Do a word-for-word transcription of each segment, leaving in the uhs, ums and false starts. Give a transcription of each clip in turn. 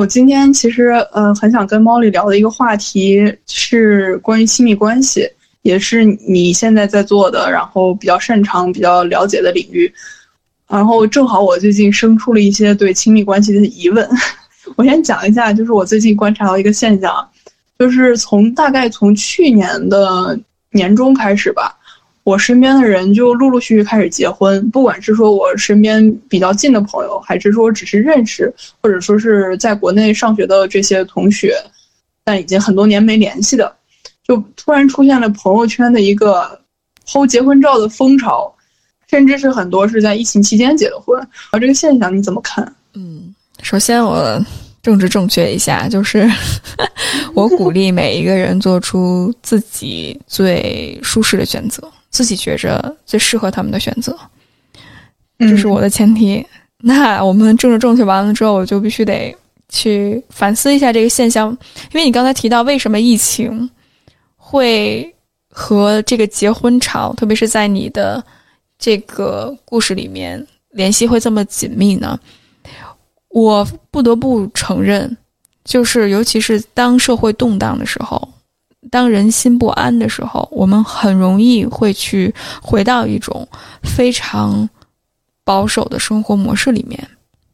我今天其实呃很想跟猫里聊的一个话题是关于亲密关系，也是你现在在做的，然后比较擅长、比较了解的领域。然后正好我最近生出了一些对亲密关系的疑问。我先讲一下，就是我最近观察到一个现象，就是从大概从去年的年中开始吧，我身边的人就陆陆续续开始结婚，不管是说我身边比较近的朋友，还是说只是认识，或者说是在国内上学的这些同学，但已经很多年没联系的，就突然出现了朋友圈的一个 P O 结婚照的风潮，甚至是很多是在疫情期间结的婚。而这个现象你怎么看？ 嗯，首先我政治正确一下，就是我鼓励每一个人做出自己最舒适的选择，自己觉着最适合他们的选择，这是我的前提。嗯、那我们政治正确完了之后，我就必须得去反思一下这个现象，因为你刚才提到为什么疫情会和这个结婚潮，特别是在你的这个故事里面联系会这么紧密呢？我不得不承认，就是尤其是当社会动荡的时候，当人心不安的时候，我们很容易会去回到一种非常保守的生活模式里面。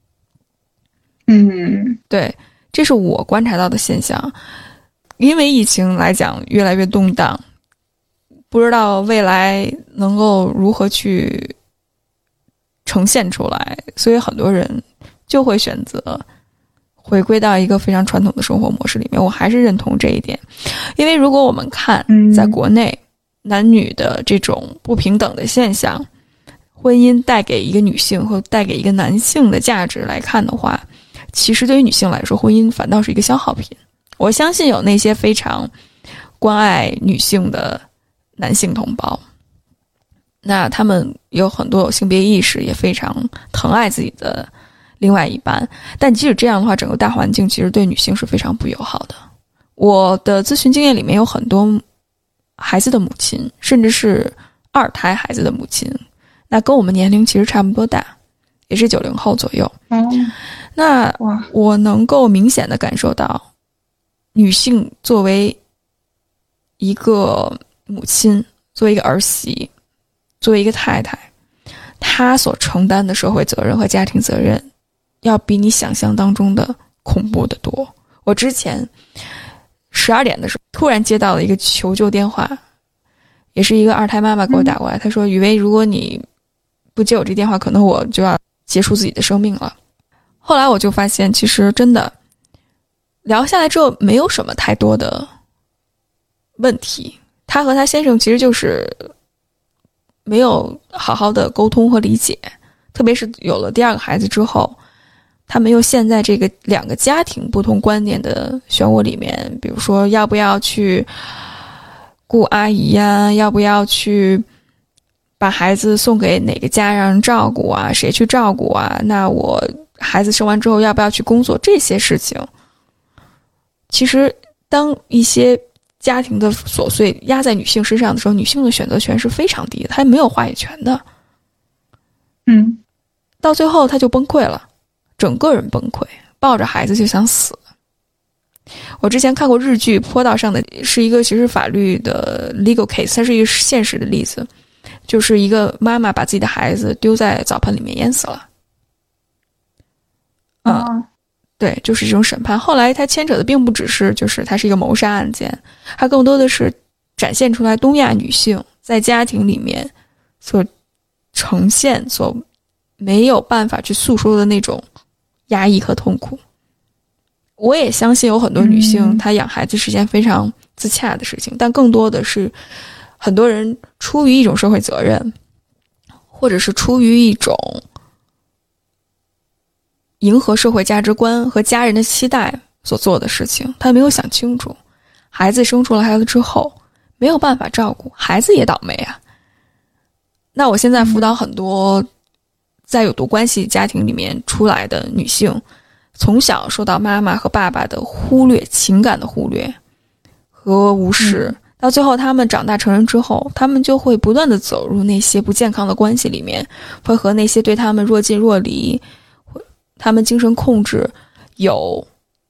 嗯， 对，这是我观察到的现象。因为疫情来讲越来越动荡，不知道未来能够如何去呈现出来，所以很多人就会选择回归到一个非常传统的生活模式里面。我还是认同这一点，因为如果我们看在国内男女的这种不平等的现象，婚姻带给一个女性和带给一个男性的价值来看的话，其实对于女性来说，婚姻反倒是一个消耗品。我相信有那些非常关爱女性的男性同胞，那他们有很多有性别意识，也非常疼爱自己的另外一半，但即使这样的话，整个大环境其实对女性是非常不友好的。我的咨询经验里面有很多孩子的母亲，甚至是二胎孩子的母亲，那跟我们年龄其实差不多大，也是九零后左右。 嗯， 那我能够明显的感受到，女性作为一个母亲，作为一个儿媳，作为一个太太，她所承担的社会责任和家庭责任要比你想象当中的恐怖的多。我之前十二点的时候突然接到了一个求救电话，也是一个二胎妈妈给我打过来，她说雨薇，如果你不接我这电话，可能我就要结束自己的生命了。后来我就发现，其实真的聊下来之后没有什么太多的问题，她和她先生其实就是没有好好的沟通和理解，特别是有了第二个孩子之后，他们又陷在这个两个家庭不同观念的漩涡里面，比如说要不要去雇阿姨呀，要不要去把孩子送给哪个家让人照顾啊，谁去照顾啊，那我孩子生完之后要不要去工作，这些事情其实当一些家庭的琐碎压在女性身上的时候，女性的选择权是非常低的，她没有话语权的。 嗯， 到最后她就崩溃了，整个人崩溃，抱着孩子就想死。我之前看过日剧《坡道上的》，是一个其实法律的 legal case， 它是一个现实的例子，就是一个妈妈把自己的孩子丢在澡盆里面淹死了。 啊、 嗯，对，就是这种审判。后来它牵扯的并不只是就是它是一个谋杀案件，它更多的是展现出来东亚女性在家庭里面所呈现、所没有办法去诉说的那种压抑和痛苦。我也相信有很多女性她养孩子是件非常自洽的事情，但更多的是很多人出于一种社会责任，或者是出于一种迎合社会价值观和家人的期待所做的事情。他没有想清楚，孩子生出了孩子之后没有办法照顾，孩子也倒霉啊。那我现在辅导很多在有毒关系家庭里面出来的女性，从小受到妈妈和爸爸的忽略，情感的忽略和无视、嗯、到最后他们长大成人之后，他们就会不断的走入那些不健康的关系里面，会和那些对他们若近若离，他们精神控制有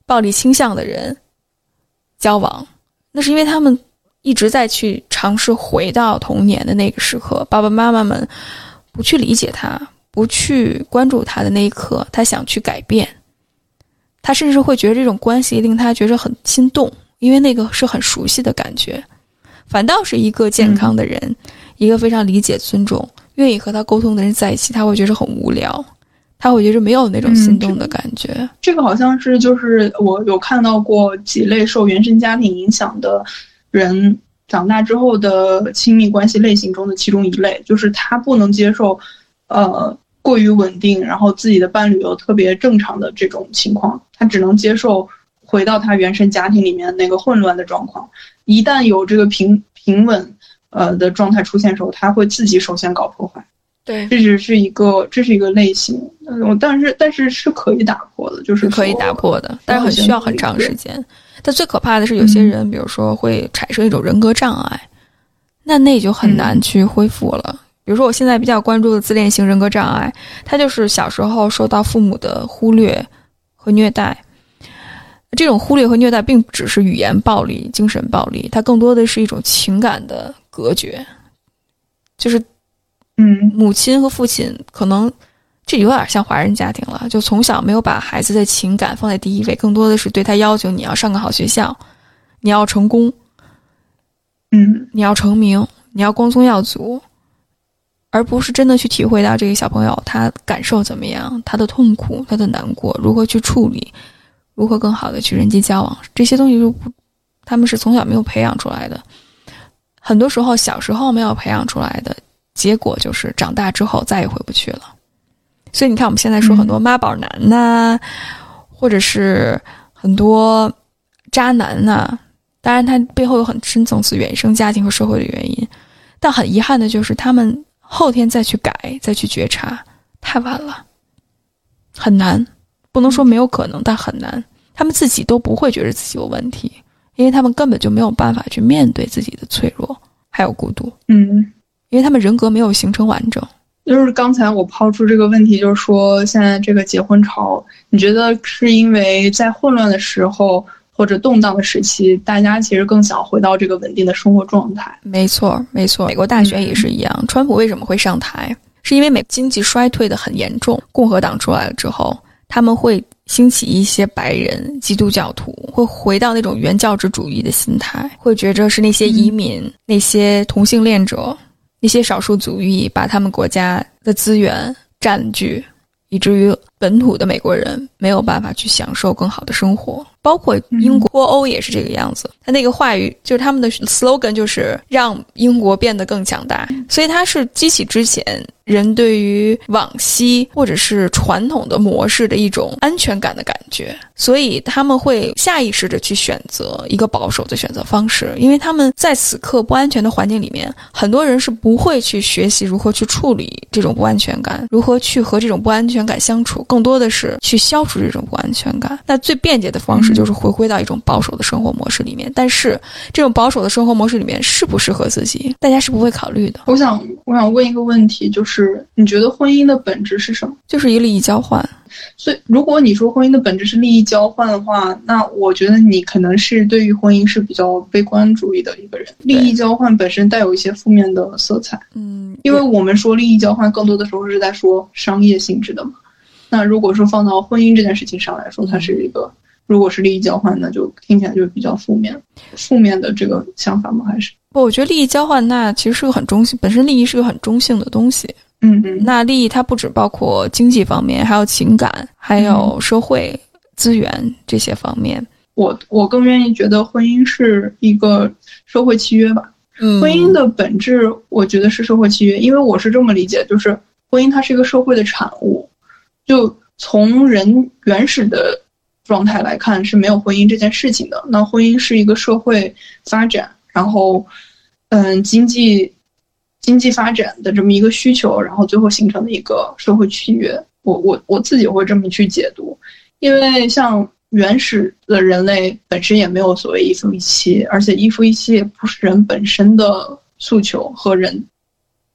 暴力倾向的人交往，那是因为他们一直在去尝试回到童年的那个时刻，爸爸妈妈们不去理解他，不去关注他的那一刻，他想去改变，他甚至会觉得这种关系令他觉得很心动，因为那个是很熟悉的感觉。反倒是一个健康的人、嗯、一个非常理解尊重愿意和他沟通的人在一起，他会觉得很无聊，他会觉得没有那种心动的感觉、嗯、 这, 这个好像是就是我有看到过几类受原生家庭影响的人长大之后的亲密关系类型中的其中一类，就是他不能接受呃过于稳定，然后自己的伴侣有特别正常的这种情况，他只能接受回到他原生家庭里面那个混乱的状况。一旦有这个平平稳呃的状态出现的时候，他会自己首先搞破坏。 对， 这只是一个这是一个类型，嗯，但是但是是可以打破的，就是可以打破的，但是很需要很长时间。但最可怕的是有些人、嗯、比如说会产生一种人格障碍，那那就很难去恢复了、嗯、比如说我现在比较关注的自恋型人格障碍，它就是小时候受到父母的忽略和虐待，这种忽略和虐待并不只是语言暴力精神暴力，它更多的是一种情感的隔绝，就是嗯， 母亲和父亲可能这有点像华人家庭了，就从小没有把孩子的情感放在第一位，更多的是对他要求你要上个好学校，你要成功， 嗯， 你要成名，你要光宗耀祖，而不是真的去体会到这个小朋友他感受怎么样，他的痛苦，他的难过，如何去处理，如何更好的去人际交往，这些东西就不，他们是从小没有培养出来的。很多时候小时候没有培养出来的结果就是长大之后再也回不去了。所以你看我们现在说很多妈宝男呐、啊嗯、或者是很多渣男呐、啊，当然他背后有很深层次原生家庭和社会的原因，但很遗憾的就是他们后天再去改再去觉察太晚了，很难，不能说没有可能，但很难，他们自己都不会觉得自己有问题，因为他们根本就没有办法去面对自己的脆弱还有孤独， 嗯， 因为他们人格没有形成完整。 就是刚才我抛出这个问题，就是说现在这个结婚潮，你觉得是因为在混乱的时候或者动荡的时期，大家其实更想回到这个稳定的生活状态？ 没错没错，美国大选也是一样、嗯、川普为什么会上台，是因为美经济衰退的很严重，共和党出来了之后，他们会兴起一些白人基督教徒，会回到那种原教旨主义的心态，会觉着是那些移民、嗯、那些同性恋者，那些少数族裔把他们国家的资源占据，以至于本土的美国人没有办法去享受更好的生活。包括英国脱欧也是这个样子，他那个话语就是他们的 slogan 就是让英国变得更强大，所以它是激起之前人对于往昔或者是传统的模式的一种安全感的感觉，所以他们会下意识的去选择一个保守的选择方式，因为他们在此刻不安全的环境里面，很多人是不会去学习如何去处理这种不安全感，如何去和这种不安全感相处，更多的是去消除这种不安全感。那最便捷的方式就是回归到一种保守的生活模式里面，但是这种保守的生活模式里面适不适合自己，大家是不会考虑的。 我想我想问一个问题，就是你觉得婚姻的本质是什么？ 就是一利益交换。 所以如果你说婚姻的本质是利益交换的话，那我觉得你可能是对于婚姻是比较悲观主义的一个人。利益交换本身带有一些负面的色彩， 嗯， 因为我们说利益交换更多的时候是在说商业性质的嘛。那如果说放到婚姻这件事情上来说，它是一个如果是利益交换，那就听起来就比较负面负面的这个想法吗？还是不，我觉得利益交换那其实是个很中性，本身利益是个很中性的东西。 嗯嗯， 那利益它不只包括经济方面，还有情感，还有社会资源这些方面。 我我更愿意觉得婚姻是一个社会契约吧。 嗯， 婚姻的本质我觉得是社会契约，因为我是这么理解，就是婚姻它是一个社会的产物，就从人原始的状态来看是没有婚姻这件事情的。那婚姻是一个社会发展，然后嗯经济经济发展的这么一个需求，然后最后形成的一个社会契约。我我我自己会这么去解读，因为像原始的人类本身也没有所谓一夫一妻，而且一夫一妻也不是人本身的诉求和人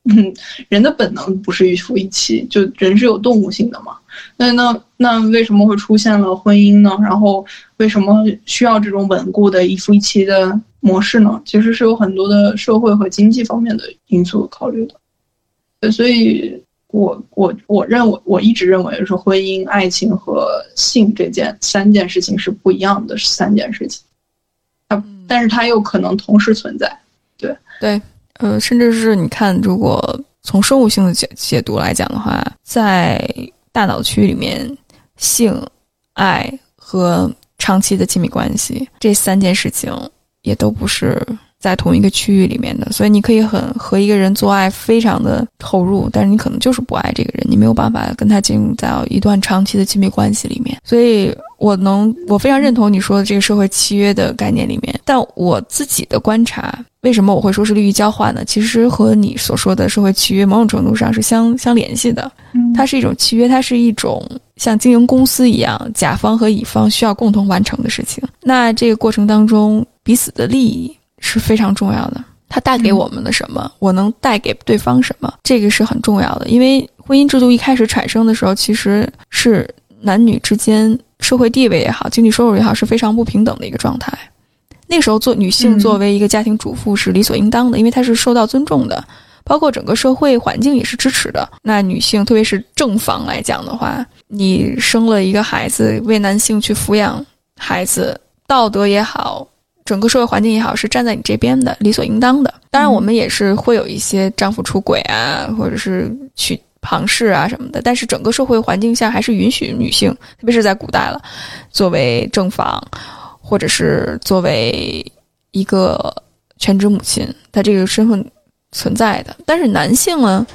嗯，人的本能不是一夫一妻，就人是有动物性的嘛。那那那为什么会出现了婚姻呢？然后为什么需要这种稳固的一夫一妻的模式呢？其实是有很多的社会和经济方面的因素考虑的。所以我我我认为我一直认为是婚姻、爱情和性这件三件事情是不一样的三件事情，它但是它又可能同时存在。对对。呃，甚至是你看，如果从生物性的解解读来讲的话，在大脑区里面，性、爱和长期的亲密关系这三件事情也都不是在同一个区域里面的，所以你可以很和一个人做爱非常的投入，但是你可能就是不爱这个人，你没有办法跟他进入到一段长期的亲密关系里面。所以我能我非常认同你说的这个社会契约的概念里面，但我自己的观察，为什么我会说是利益交换呢？其实和你所说的社会契约某种程度上是相相联系的。它是一种契约，它是一种像经营公司一样，甲方和乙方需要共同完成的事情。那这个过程当中，彼此的利益是非常重要的。它带给我们的什么，嗯、我能带给对方什么，这个是很重要的。因为婚姻制度一开始产生的时候，其实是男女之间社会地位也好，经济收入也好，是非常不平等的一个状态。那时候做女性作为一个家庭主妇是理所应当的，嗯、因为她是受到尊重的，包括整个社会环境也是支持的。那女性特别是正方来讲的话，你生了一个孩子，为男性去抚养孩子，道德也好，整个社会环境也好，是站在你这边的，理所应当的。当然我们也是会有一些丈夫出轨啊，或者是娶庞氏啊什么的，但是整个社会环境下还是允许女性，特别是在古代了，作为正房或者是作为一个全职母亲，她这个身份存在的。但是男性呢，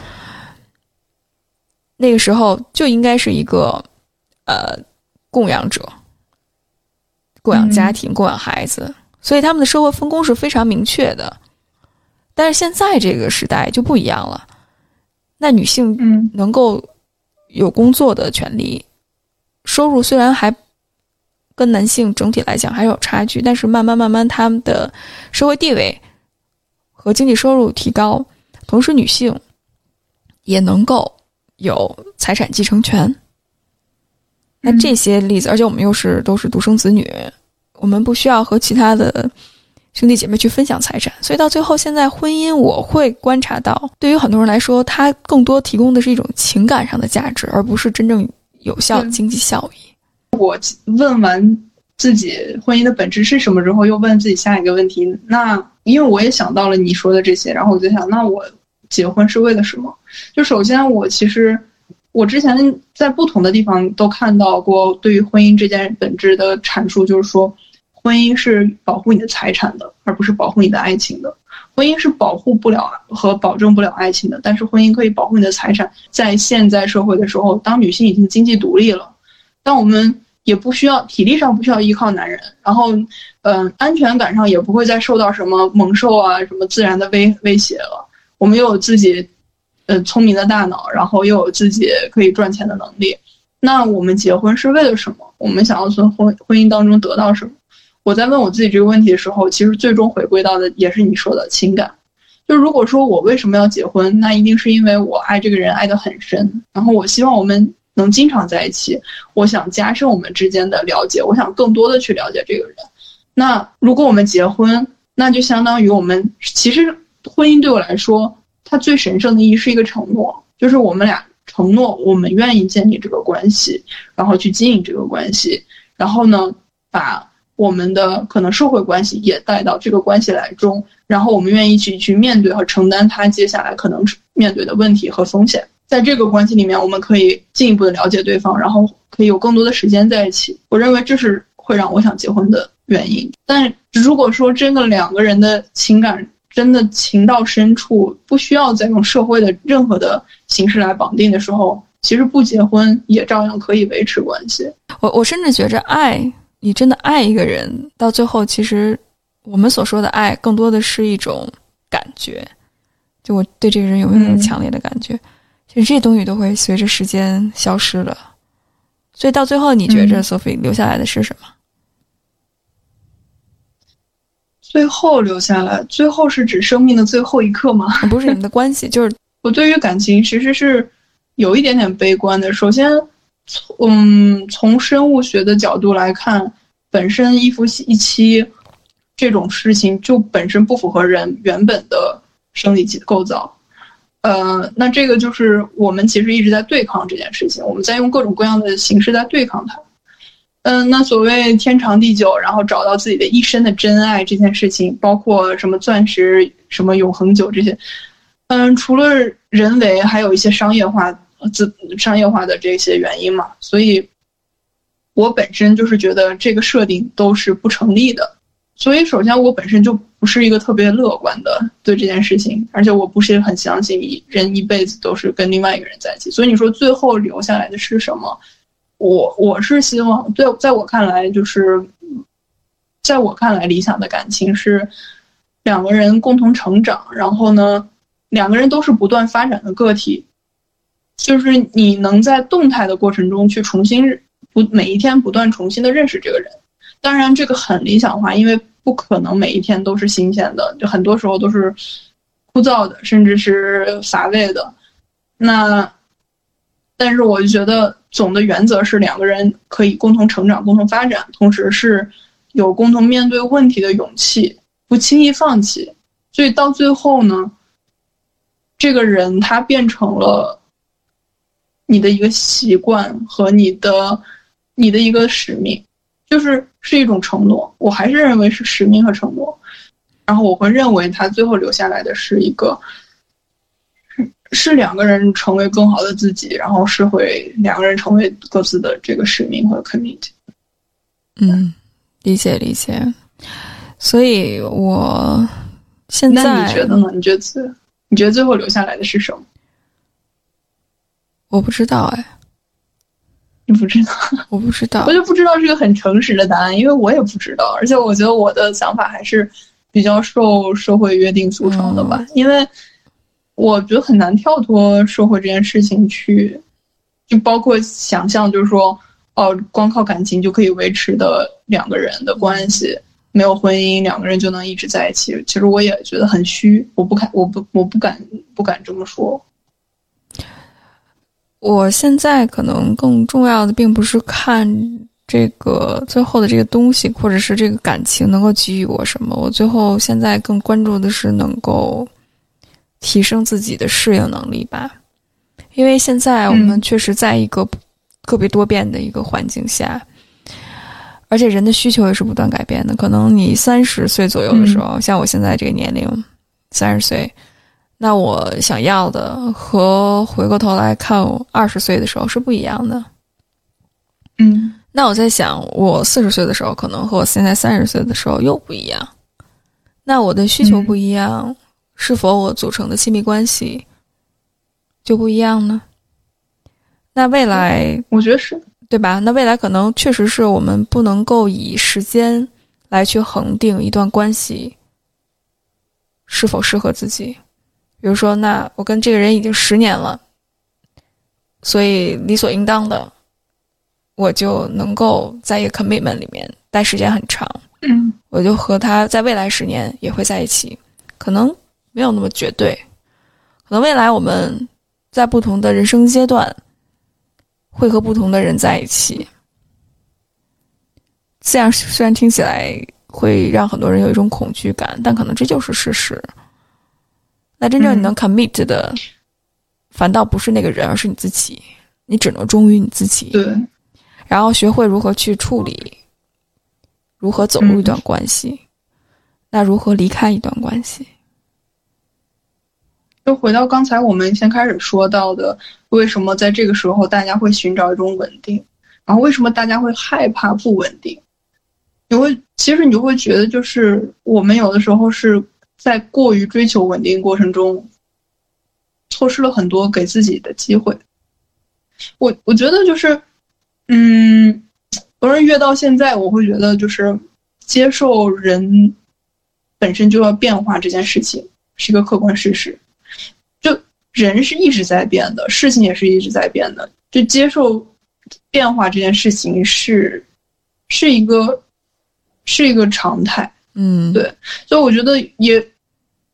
那个时候就应该是一个呃供养者，供养家庭，供养孩子，所以他们的社会分工是非常明确的。但是现在这个时代就不一样了，那女性能够有工作的权利，收入虽然还跟男性整体来讲还有差距，但是慢慢慢慢他们的社会地位和经济收入提高，同时女性也能够有财产继承权。那这些例子，而且我们又是都是独生子女，我们不需要和其他的兄弟姐妹去分享财产，所以到最后现在婚姻我会观察到，对于很多人来说，它更多提供的是一种情感上的价值，而不是真正有效的经济效益。 我问完自己婚姻的本质是什么之后，又问自己下一个问题，那因为我也想到了你说的这些，然后我就想，那我结婚是为了什么？就首先我其实我之前在不同的地方都看到过对于婚姻这件本质的阐述，就是说婚姻是保护你的财产的，而不是保护你的爱情的。婚姻是保护不了和保证不了爱情的，但是婚姻可以保护你的财产。在现在社会的时候，当女性已经经济独立了，当我们也不需要体力上不需要依靠男人，然后嗯、呃，安全感上也不会再受到什么猛兽啊什么自然的威威胁了。我们又有自己呃聪明的大脑，然后又有自己可以赚钱的能力，那我们结婚是为了什么？我们想要从婚婚姻当中得到什么？我在问我自己这个问题的时候，其实最终回归到的也是你说的情感。就如果说我为什么要结婚，那一定是因为我爱这个人爱得很深，然后我希望我们能经常在一起，我想加深我们之间的了解，我想更多的去了解这个人。那如果我们结婚，那就相当于我们其实婚姻对我来说，它最神圣的意义是一个承诺，就是我们俩承诺我们愿意建立这个关系，然后去经营这个关系，然后呢把我们的可能社会关系也带到这个关系来中，然后我们愿意去去面对和承担他接下来可能面对的问题和风险。在这个关系里面，我们可以进一步的了解对方，然后可以有更多的时间在一起。我认为这是会让我想结婚的原因。但如果说真的两个人的情感真的情到深处，不需要再用社会的任何的形式来绑定的时候，其实不结婚也照样可以维持关系。 我我甚至觉着爱，你真的爱一个人，到最后其实我们所说的爱更多的是一种感觉，就我对这个人有没有那种强烈的感觉、嗯、其实这些东西都会随着时间消失的。所以到最后你觉着 Sophie 留下来的是什么？ 最后留下来，最后是指生命的最后一刻吗？ 不是你们的关系，就是我对于感情其实是有一点点悲观的。首先，嗯，从生物学的角度来看，本身一夫一妻这种事情就本身不符合人原本的生理构造。呃，那这个就是我们其实一直在对抗这件事情，我们在用各种各样的形式在对抗它。嗯，那所谓天长地久，然后找到自己的一生的真爱这件事情，包括什么钻石、什么永恒酒这些，嗯，除了人为，还有一些商业化、自商业化的这些原因嘛。所以，我本身就是觉得这个设定都是不成立的。所以，首先我本身就不是一个特别乐观的对这件事情，而且我不是很相信人一辈子都是跟另外一个人在一起。所以你说最后留下来的是什么？我我是希望，对，在我看来，就是在我看来，理想的感情是两个人共同成长，然后呢，两个人都是不断发展的个体，就是你能在动态的过程中去重新不每一天不断重新的认识这个人。当然，这个很理想化，因为不可能每一天都是新鲜的，就很多时候都是枯燥的，甚至是乏味的。那但是我就觉得总的原则是两个人可以共同成长、共同发展，同时是有共同面对问题的勇气，不轻易放弃。所以到最后呢，这个人他变成了你的一个习惯和你的你的一个使命，就是是一种承诺。我还是认为是使命和承诺。然后我会认为他最后留下来的是一个是两个人成为更好的自己，然后是会两个人成为各自的这个使命和 commit。 嗯，理解理解。所以我现在， 那你觉得呢？你觉得你觉得最后留下来的是什么？ 我不知道哎。 你不知道？ 我不知道。 我就不知道是个很诚实的答案，因为我也不知道。而且我觉得我的想法还是比较受社会约定俗成的吧，嗯、因为我觉得很难跳脱社会这件事情去，就包括想象，就是说，哦，光靠感情就可以维持的两个人的关系，没有婚姻，两个人就能一直在一起。其实我也觉得很虚，我不敢，我不，我不敢，不敢这么说。 我现在可能更重要的，并不是看这个最后的这个东西，或者是这个感情能够给予我什么。我最后现在更关注的是能够提升自己的适应能力吧，因为现在我们确实在一个个别多变的一个环境下，嗯、而且人的需求也是不断改变的。可能你三十岁左右的时候，嗯、像我现在这个年龄，三十岁，那我想要的和回过头来看我二十岁的时候是不一样的。 嗯， 那我在想，我四十岁的时候，可能和我现在三十岁的时候又不一样。那我的需求不一样。嗯，是否我组成的亲密关系就不一样呢？那未来， 我觉得是， 对吧？那未来可能确实是我们不能够以时间来去恒定一段关系是否适合自己。比如说，那我跟这个人已经十年了，所以理所应当的，我就能够在一个 commitment 里面待时间很长。 嗯， 我就和他在未来十年也会在一起，可能没有那么绝对，可能未来我们在不同的人生阶段会和不同的人在一起。这样虽然听起来会让很多人有一种恐惧感，但可能这就是事实。那真正你能 commit 的，嗯、反倒不是那个人，而是你自己。你只能忠于你自己， 对， 然后学会如何去处理，如何走入一段关系，嗯、那如何离开一段关系。 就回到刚才我们先开始说到的，为什么在这个时候大家会寻找一种稳定，然后为什么大家会害怕不稳定。你会其实你就会觉得，就是我们有的时候是在过于追求稳定过程中错失了很多给自己的机会。我我觉得就是嗯而越到现在，我会觉得就是接受人本身就要变化这件事情是一个客观事实。就人是一直在变的，事情也是一直在变的，就接受变化这件事情是是一个是一个常态。 嗯， 对，所以我觉得也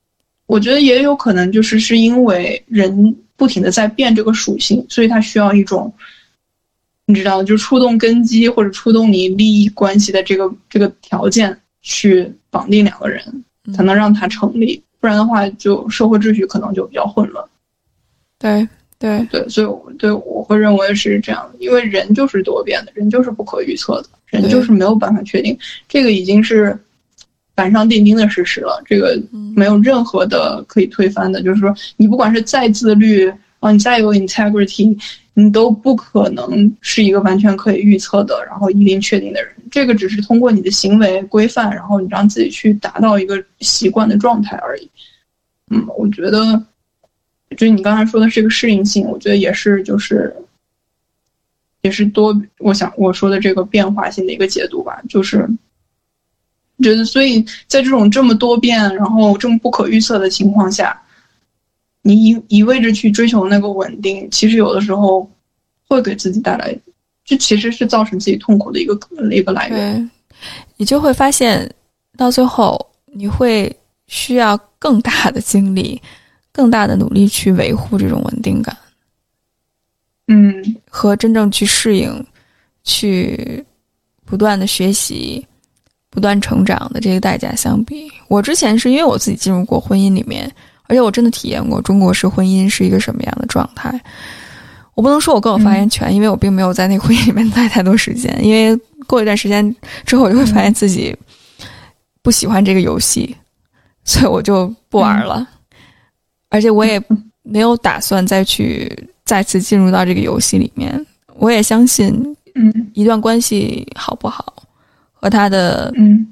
我觉得也有可能就是是因为人不停的在变这个属性，所以它需要一种，你知道，就触动根基或者触动你利益关系的这个这个条件去绑定两个人，才能让它成立。不然的话，就社会秩序可能就比较混乱。 对对对，所以我对我会认为是这样的，因为人就是多变的，人就是不可预测的，人就是没有办法确定，这个已经是板上钉钉的事实了，这个没有任何的可以推翻的。就是说，你不管是再自律啊，你再有 integrity， 你都不可能是一个完全可以预测的，然后一定确定的人。这个只是通过你的行为规范，然后你让自己去达到一个习惯的状态而已。嗯，我觉得，就你刚才说的这个适应性，我觉得也是，就是也是多，我想我说的这个变化性的一个解读吧，就是觉得，所以在这种这么多变，然后这么不可预测的情况下，你一一味着去追求那个稳定，其实有的时候会给自己带来，这其实是造成自己痛苦的一个一个来源。 对，你就会发现到最后你会需要更大的精力更大的努力去维护这种稳定感， 嗯， 和真正去适应去不断的学习不断成长的这个代价相比，我之前是因为我自己进入过婚姻里面，而且我真的体验过中国式婚姻是一个什么样的状态。我不能说我更有发言权、嗯、因为我并没有在那个婚姻里面待太多时间，因为过一段时间之后我就会发现自己不喜欢这个游戏，所以我就不玩了、嗯、而且我也没有打算再去再次进入到这个游戏里面。我也相信一段关系好不好和他的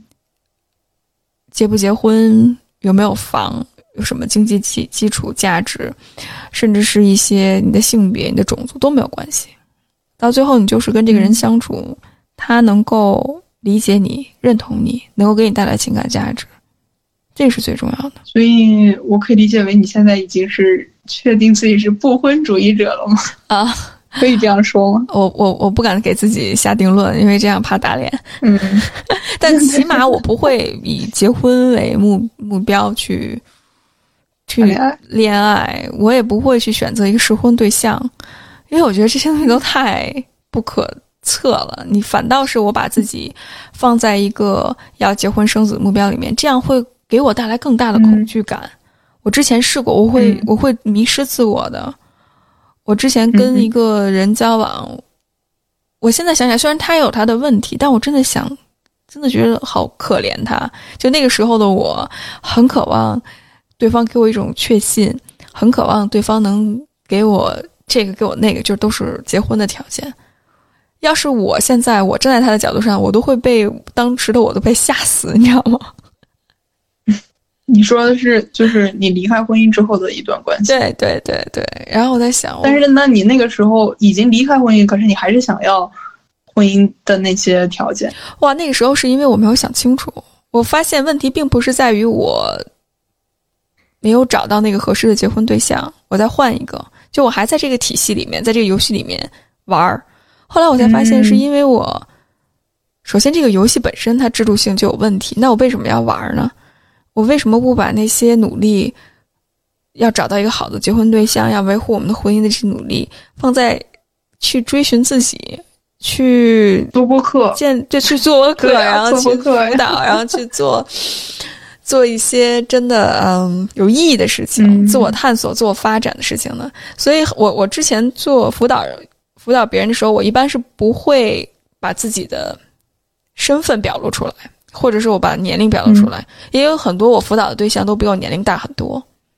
结不结婚有没有房有什么经济基基础价值，甚至是一些你的性别你的种族都没有关系，到最后你就是跟这个人相处、嗯、他能够理解你认同你能够给你带来情感价值，这是最重要的。 所以我可以理解为你现在已经是确定自己是不婚主义者了吗？ 啊， 可以这样说吗？ 我我我不敢给自己下定论，因为这样怕打脸。 嗯， 但起码我不会以结婚为目目标去去恋爱，我也不会去选择一个适婚对象，因为我觉得这些东西都太不可测了。你反倒是我把自己放在一个要结婚生子目标里面，这样会给我带来更大的恐惧感。嗯、我之前试过，我会、嗯、我会迷失自我的。我之前跟一个人交往、嗯、我现在想想虽然他有他的问题，但我真的想真的觉得好可怜他。就那个时候的我很渴望对方给我一种确信，很渴望对方能给我这个给我那个，就都是结婚的条件。要是我现在我站在他的角度上，我都会被当时的我都被吓死，你知道吗？ 你说的是就是你离开婚姻之后的一段关系。 对对对对，然后我在想， 但是那你那个时候已经离开婚姻，可是你还是想要婚姻的那些条件。 哇，那个时候是因为我没有想清楚，我发现问题并不是在于我没有找到那个合适的结婚对象，我再换一个，就我还在这个体系里面，在这个游戏里面玩。后来我才发现是因为我、嗯、首先这个游戏本身它制度性就有问题，那我为什么要玩呢？我为什么不把那些努力要找到一个好的结婚对象，要维护我们的婚姻的这些努力放在去追寻自己，去做播客， 见就去做播客、啊、然后去辅导，然后去做做一些真的嗯有意义的事情、嗯、自我探索自我发展的事情呢？所以我我之前做辅导辅导别人的时候，我一般是不会把自己的身份表露出来，或者是我把年龄表露出来、嗯、也有很多我辅导的对象都比我年龄大很多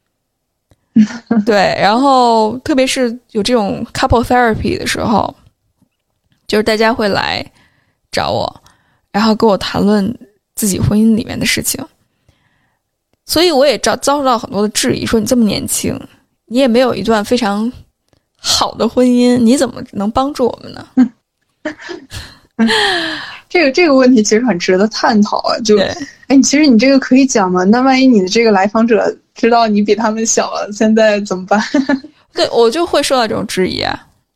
对，然后特别是有这种 couple therapy 的时候，就是大家会来找我，然后跟我谈论自己婚姻里面的事情，所以我也遭遭受到很多的质疑，说你这么年轻，你也没有一段非常好的婚姻，你怎么能帮助我们呢？ 这个这个问题其实很值得探讨啊！就，哎，其实你这个可以讲吗？那万一你的这个来访者知道你比他们小了，现在怎么办？ 对，我就会受到这种质疑啊。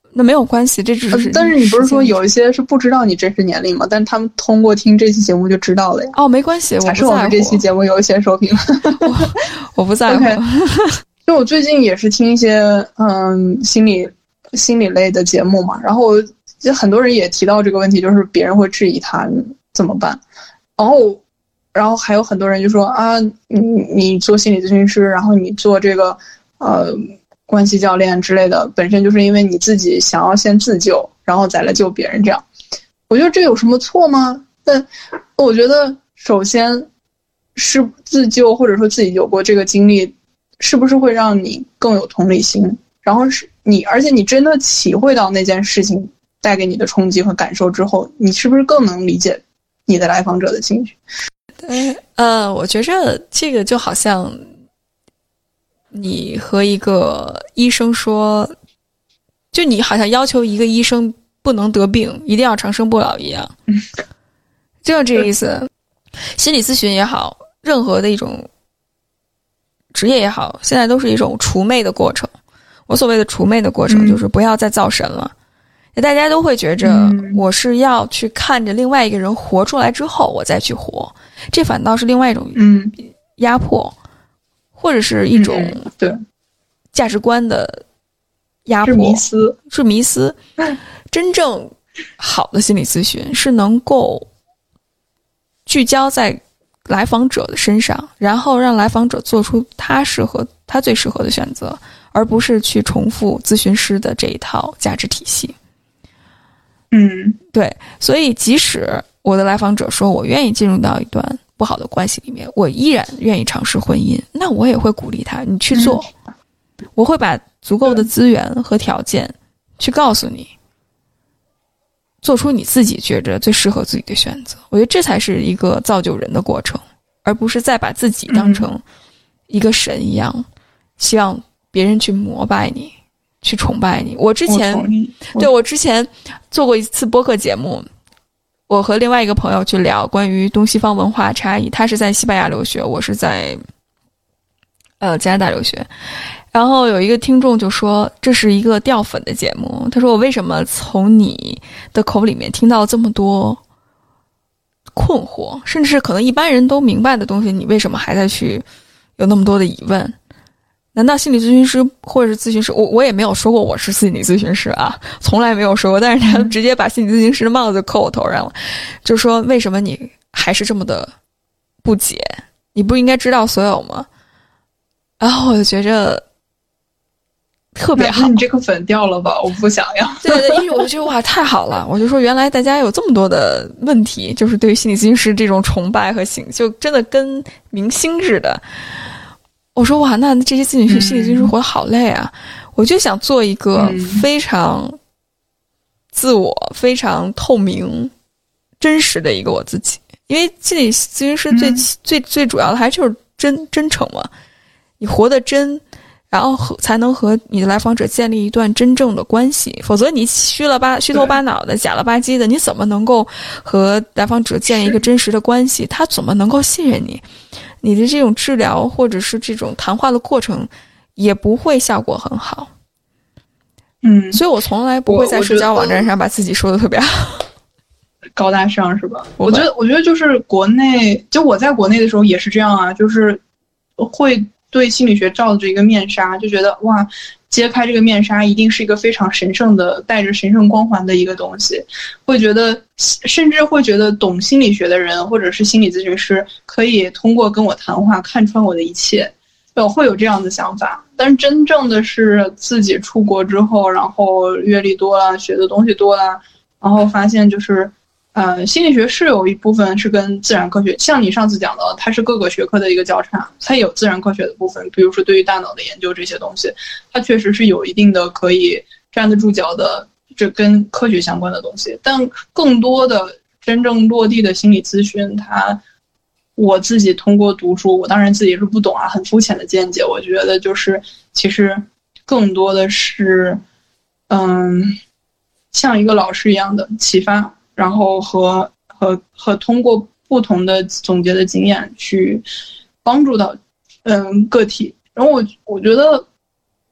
那没有关系，这只是、呃。 但是你不是说有一些是不知道你真实年龄吗？但是他们通过听这期节目就知道了呀。 哦，没关系，我不在乎。 才是我们这期节目有一些收评。 我, 我不在乎。 Okay. 就我最近也是听一些嗯心理心理类的节目嘛，然后就很多人也提到这个问题，就是别人会质疑他怎么办，然后然后还有很多人就说啊，你你做心理咨询师，然后你做这个呃关系教练之类的，本身就是因为你自己想要先自救，然后再来救别人这样。我觉得这有什么错吗？但我觉得首先是自救，或者说自己有过这个经历，是不是会让你更有同理心？然后是你，而且你真的体会到那件事情带给你的冲击和感受之后，你是不是更能理解你的来访者的情绪？ 对，呃，我觉着这个就好像你和一个医生说，就你好像要求一个医生不能得病，一定要长生不老一样， 嗯， 就这个意思。心理咨询也好，任何的一种职业也好，现在都是一种除魅的过程。我所谓的除魅的过程，就是不要再造神了。嗯、大家都会觉着，我是要去看着另外一个人活出来之后，我再去活，这反倒是另外一种压迫，嗯、或者是一种对价值观的压迫， 是迷思， 是迷思。真正好的心理咨询是能够聚焦在来访者的身上，然后让来访者做出他适合他最适合的选择，而不是去重复咨询师的这一套价值体系。 嗯， 对，所以即使我的来访者说我愿意进入到一段不好的关系里面，我依然愿意尝试婚姻，那我也会鼓励他，你去做。嗯、我会把足够的资源和条件去告诉你，做出你自己觉着最适合自己的选择。我觉得这才是一个造就人的过程，而不是再把自己当成一个神一样，嗯、希望别人去膜拜你，去崇拜你。我之前我对我之前做过一次播客节目，我和另外一个朋友去聊关于东西方文化差异，他是在西班牙留学，我是在呃加拿大留学。然后有一个听众就说这是一个掉粉的节目，他说我为什么从你的口里面听到这么多困惑，甚至是可能一般人都明白的东西，你为什么还在去有那么多的疑问？难道心理咨询师或者是咨询师，我我也没有说过我是心理咨询师啊，从来没有说过，但是他直接把心理咨询师的帽子扣我头上了，就说为什么你还是这么的不解？你不应该知道所有吗？然后我就觉着特别好， 你这个粉掉了吧？我不想要。 对对，因为我就觉得哇，太好了！我就说原来大家有这么多的问题，就是对于心理咨询师这种崇拜和形，就真的跟明星似的。我说哇，那这些心理师、心理咨询师活得好累啊！我就想做一个非常自我、非常透明、真实的一个我自己。因为心理咨询师最、嗯、最最主要的还就是真真诚嘛，你活得真。然后和才能和你的来访者建立一段真正的关系，否则你虚了八虚头巴脑的、假了吧唧的，你怎么能够和来访者建立一个真实的关系？他怎么能够信任你？你的这种治疗或者是这种谈话的过程也不会效果很好。 嗯， 所以我从来不会在社交网站上把自己说的特别好。 高大上是吧？我觉得，我觉得就是国内，就我在国内的时候也是这样啊，就是会。对心理学罩着一个面纱，就觉得哇，揭开这个面纱一定是一个非常神圣的、带着神圣光环的一个东西，会觉得，甚至会觉得懂心理学的人或者是心理咨询师可以通过跟我谈话看穿我的一切，我会有这样的想法。但是真正的是自己出国之后，然后阅历多了，学的东西多了，然后发现就是。呃，心理学是有一部分是跟自然科学，像你上次讲的，它是各个学科的一个交叉，它有自然科学的部分，比如说对于大脑的研究这些东西，它确实是有一定的可以站得住脚的，这跟科学相关的东西。但更多的真正落地的心理咨询，它我自己通过读书，我当然自己是不懂啊，很肤浅的见解，我觉得就是其实更多的是，嗯，像一个老师一样的启发。然后和和和通过不同的总结的经验去帮助到嗯个体，然后我我觉得我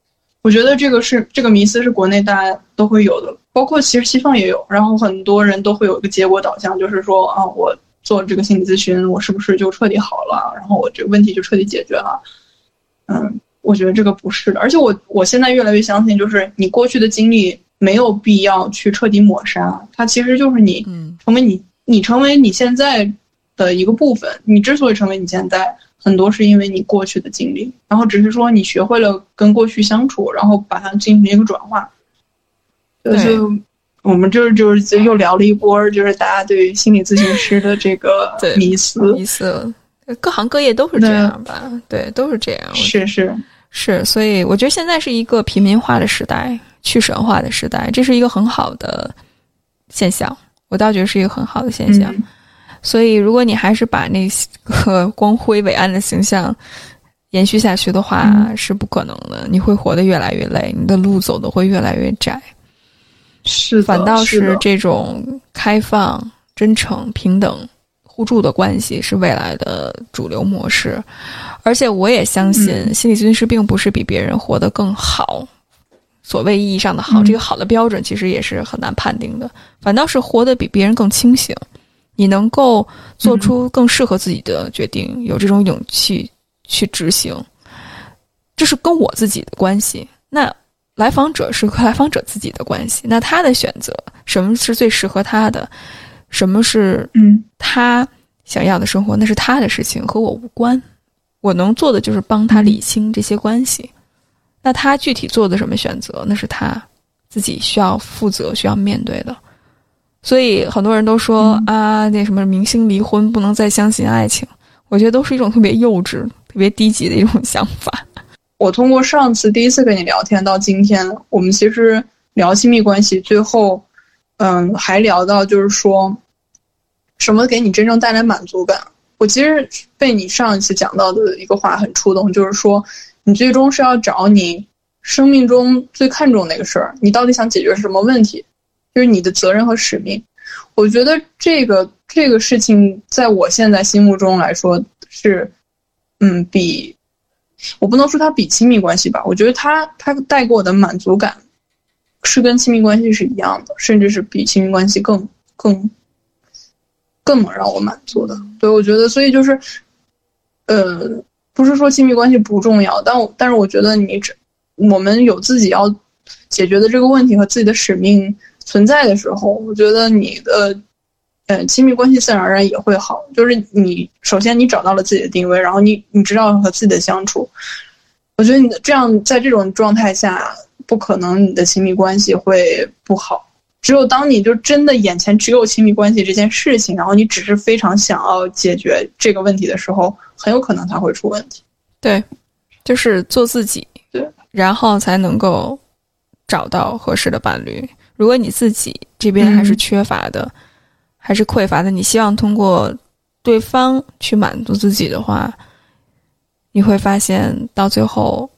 我觉得这个是这个迷思是国内大家都会有的，包括其实西方也有，然后很多人都会有一个结果导向，就是说啊，我做这个心理咨询，我是不是就彻底好了，然后我这个问题就彻底解决了。嗯，我觉得这个不是的，而且我我现在越来越相信，就是你过去的经历没有必要去彻底抹杀，它其实就是你成为你你成为你现在的一个部分。你之所以成为你现在，很多是因为你过去的经历，然后只是说你学会了跟过去相处，然后把它进行一个转化。就我们就是就是又聊了一波，就是大家对于心理咨询师的这个迷思迷思，各行各业都是这样吧？对，都是这样。 是是是，所以我觉得现在是一个平民化的时代，去神化的时代，这是一个很好的现象，我倒觉得是一个很好的现象。嗯，所以如果你还是把那个光辉伟岸的形象延续下去的话，嗯，是不可能的，你会活得越来越累，你的路走得会越来越窄。 是的， 反倒是这种开放、真诚、平等、互助的关系是未来的主流模式。而且我也相信心理咨询师并不是比别人活得更好，嗯，所谓意义上的好，这个好的标准其实也是很难判定的，反倒是活得比别人更清醒，你能够做出更适合自己的决定，嗯，有这种勇气去执行，这是跟我自己的关系。那来访者是和来访者自己的关系，那他的选择什么是最适合他的，什么是嗯他想要的生活，那是他的事情，和我无关。我能做的就是帮他理清这些关系，那他具体做的什么选择，那是他自己需要负责需要面对的。所以很多人都说，嗯，啊，那什么明星离婚不能再相信爱情，我觉得都是一种特别幼稚特别低级的一种想法。 我通过上次第一次跟你聊天到今天，我们其实聊亲密关系，最后嗯还聊到就是说什么给你真正带来满足感。我其实被你上一次讲到的一个话很触动，就是说你最终是要找你生命中最看重那个事儿，你到底想解决什么问题，就是你的责任和使命。我觉得这个这个事情在我现在心目中来说是嗯比我不能说它比亲密关系吧，我觉得它它带给我的满足感是跟亲密关系是一样的，甚至是比亲密关系更更更能让我满足的。对，我觉得所以就是呃不是说亲密关系不重要，但我但是我觉得你只我们有自己要解决的这个问题和自己的使命存在的时候，我觉得你的呃亲密关系自然而然也会好。就是你首先你找到了自己的定位，然后你你知道和自己的相处，我觉得你这样在这种状态下不可能你的亲密关系会不好。只有当你就真的眼前只有亲密关系这件事情，然后你只是非常想要解决这个问题的时候，很有可能它会出问题。 对，就是做自己， 对， 然后才能够找到合适的伴侣。如果你自己这边还是缺乏的、嗯、还是匮乏的，你希望通过对方去满足自己的话，你会发现到最后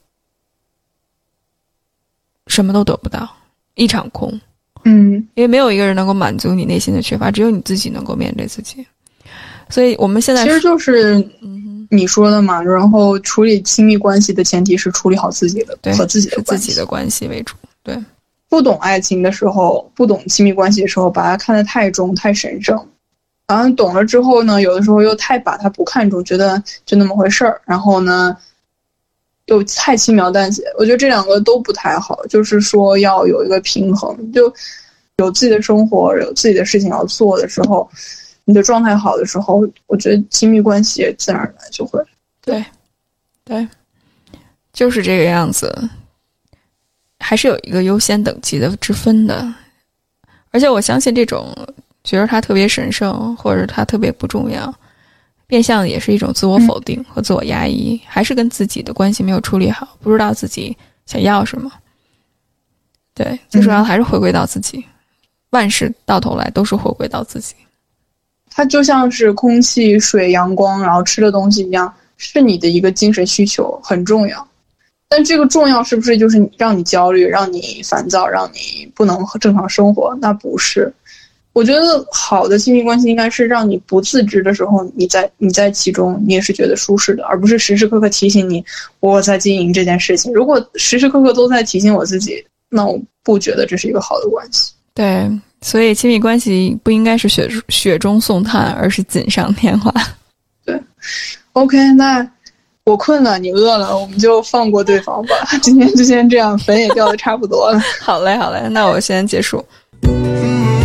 什么都得不到，一场空。 嗯， 因为没有一个人能够满足你内心的缺乏，只有你自己能够面对自己。所以我们现在其实就是你说的嘛，然后处理亲密关系的前提是处理好自己的和自己的关系， 自己的关系为主。对， 不懂爱情的时候，不懂亲密关系的时候，把它看得太重太神圣，然后懂了之后呢，有的时候又太把它不看重，觉得就那么回事儿，然后呢又太轻描淡写。我觉得这两个都不太好，就是说要有一个平衡，就有自己的生活，有自己的事情要做的时候，你的状态好的时候，我觉得亲密关系也自然而然就会。 对，对，就是这个样子，还是有一个优先等级的之分的。而且我相信这种觉得它特别神圣，或者它特别不重要，变相也是一种自我否定和自我压抑、嗯、还是跟自己的关系没有处理好，不知道自己想要什么。对，最主要还是回归到自己、嗯、万事到头来都是回归到自己。 它就像是空气、水、阳光，然后吃的东西一样，是你的一个精神需求，很重要。但这个重要是不是就是让你焦虑，让你烦躁，让你不能正常生活？那不是。 我觉得好的亲密关系应该是让你不自知的时候，你在你在其中你也是觉得舒适的，而不是时时刻刻提醒你我在经营这件事情。如果时时刻刻都在提醒我自己，那我不觉得这是一个好的关系。 对，所以亲密关系不应该是雪雪中送炭，而是锦上添花。 对 OK， 那我困了，你饿了，我们就放过对方吧。今天就先这样，粉也掉的差不多了。 好嘞好嘞，那我先结束。